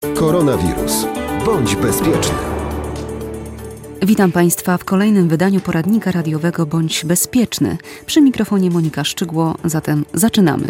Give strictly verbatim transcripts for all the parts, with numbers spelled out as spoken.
Koronawirus. Bądź bezpieczny. Witam Państwa w kolejnym wydaniu poradnika radiowego Bądź bezpieczny. Przy mikrofonie Monika Szczygło, zatem zaczynamy.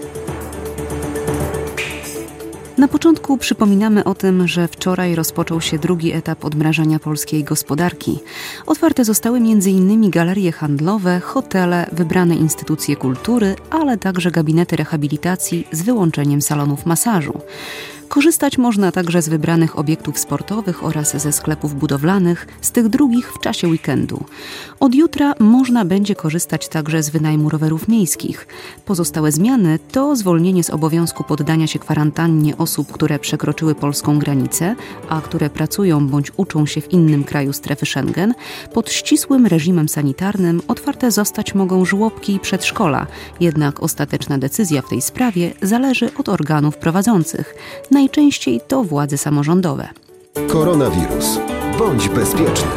Na początku przypominamy o tym, że wczoraj rozpoczął się drugi etap odmrażania polskiej gospodarki. Otwarte zostały między innymi galerie handlowe, hotele, wybrane instytucje kultury, ale także gabinety rehabilitacji z wyłączeniem salonów masażu. Korzystać można także z wybranych obiektów sportowych oraz ze sklepów budowlanych, z tych drugich w czasie weekendu. Od jutra można będzie korzystać także z wynajmu rowerów miejskich. Pozostałe zmiany to zwolnienie z obowiązku poddania się kwarantannie osób, które przekroczyły polską granicę, a które pracują bądź uczą się w innym kraju strefy Schengen. Pod ścisłym reżimem sanitarnym otwarte zostać mogą żłobki i przedszkola, jednak ostateczna decyzja w tej sprawie zależy od organów prowadzących. Najczęściej to władze samorządowe. Koronawirus. Bądź bezpieczny.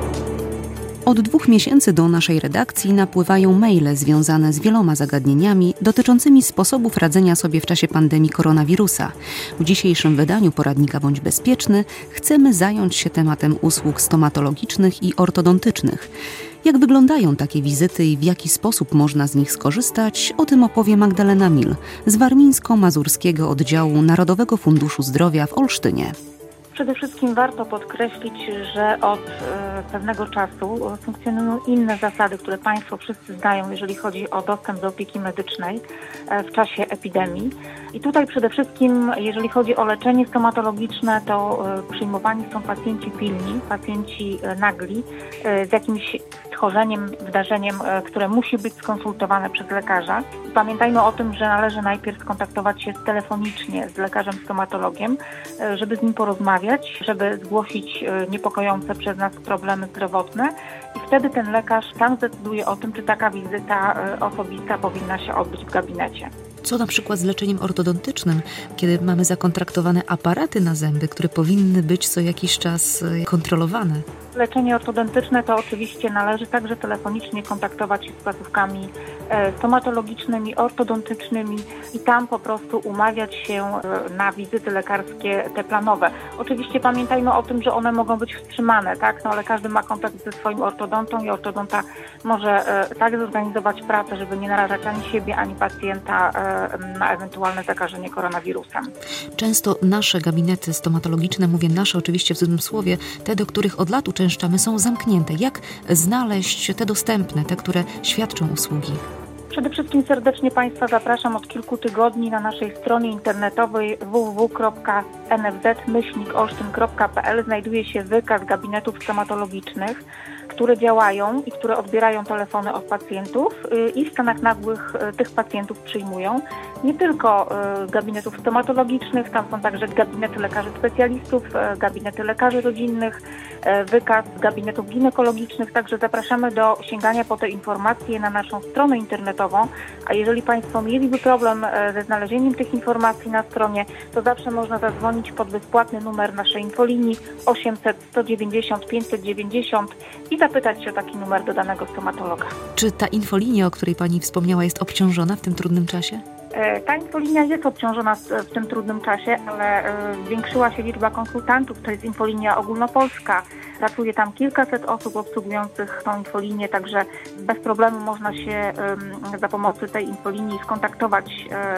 Od dwóch miesięcy do naszej redakcji napływają maile związane z wieloma zagadnieniami dotyczącymi sposobów radzenia sobie w czasie pandemii koronawirusa. W dzisiejszym wydaniu poradnika Bądź bezpieczny chcemy zająć się tematem usług stomatologicznych i ortodontycznych. Jak wyglądają takie wizyty i w jaki sposób można z nich skorzystać, o tym opowie Magdalena Mil z warmińsko-mazurskiego oddziału Narodowego Funduszu Zdrowia w Olsztynie. Przede wszystkim warto podkreślić, że od e, pewnego czasu funkcjonują inne zasady, które Państwo wszyscy znają, jeżeli chodzi o dostęp do opieki medycznej e, w czasie epidemii. I tutaj przede wszystkim, jeżeli chodzi o leczenie stomatologiczne, to e, przyjmowani są pacjenci pilni, pacjenci e, nagli, e, z jakimś schorzeniem, wydarzeniem, e, które musi być skonsultowane przez lekarza. Pamiętajmy o tym, że należy najpierw skontaktować się telefonicznie z lekarzem stomatologiem, e, żeby z nim porozmawiać, żeby zgłosić niepokojące przez nas problemy zdrowotne i wtedy ten lekarz sam zdecyduje o tym, czy taka wizyta osobista powinna się odbyć w gabinecie. Co na przykład z leczeniem ortodontycznym, kiedy mamy zakontraktowane aparaty na zęby, które powinny być co jakiś czas kontrolowane? Leczenie ortodontyczne to oczywiście należy także telefonicznie kontaktować się z placówkami stomatologicznymi, ortodontycznymi i tam po prostu umawiać się na wizyty lekarskie te planowe. Oczywiście pamiętajmy o tym, że one mogą być wstrzymane, tak? No ale każdy ma kontakt ze swoim ortodontą i ortodonta może tak zorganizować pracę, żeby nie narażać ani siebie, ani pacjenta na ewentualne zakażenie koronawirusem. Często nasze gabinety stomatologiczne, mówię nasze oczywiście w cudzysłowie, te, do których od lat uczęszczamy, są zamknięte. Jak znaleźć te dostępne, te, które świadczą usługi? Przede wszystkim serdecznie Państwa zapraszam od kilku tygodni na naszej stronie internetowej w w w kropka n f z myślnik olsztyn kropka p l znajduje się wykaz gabinetów stomatologicznych, które działają i które odbierają telefony od pacjentów i w stanach nagłych tych pacjentów przyjmują. Nie tylko gabinetów stomatologicznych, tam są także gabinety lekarzy specjalistów, gabinety lekarzy rodzinnych, wykaz gabinetów ginekologicznych, także zapraszamy do sięgania po te informacje na naszą stronę internetową, a jeżeli Państwo mieliby problem ze znalezieniem tych informacji na stronie, to zawsze można zadzwonić pod bezpłatny numer naszej infolinii osiemset sto dziewięćdziesiąt pięćset dziewięćdziesiąt i zapytać się o taki numer do danego stomatologa. Czy ta infolinia, o której Pani wspomniała, jest obciążona w tym trudnym czasie? Ta infolinia jest obciążona w tym trudnym czasie, ale zwiększyła się liczba konsultantów, to jest infolinia ogólnopolska. Pracuje tam kilkaset osób obsługujących tą infolinię, także bez problemu można się za pomocą tej infolinii skontaktować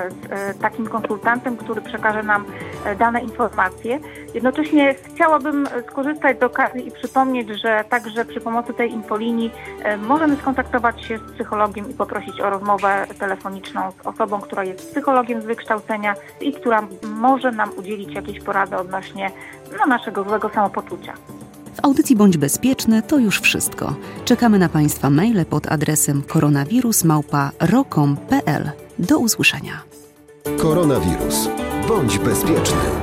z takim konsultantem, który przekaże nam dane informacje. Jednocześnie chciałabym skorzystać z okazji i przypomnieć, że także przy pomocy tej infolinii możemy skontaktować się z psychologiem i poprosić o rozmowę telefoniczną z osobą, która jest psychologiem z wykształcenia i która może nam udzielić jakiejś porady odnośnie no, naszego złego samopoczucia. W audycji Bądź bezpieczny to już wszystko. Czekamy na Państwa maile pod adresem koronawirus małpa rokom kropka p l. Do usłyszenia. Koronawirus. Bądź bezpieczny.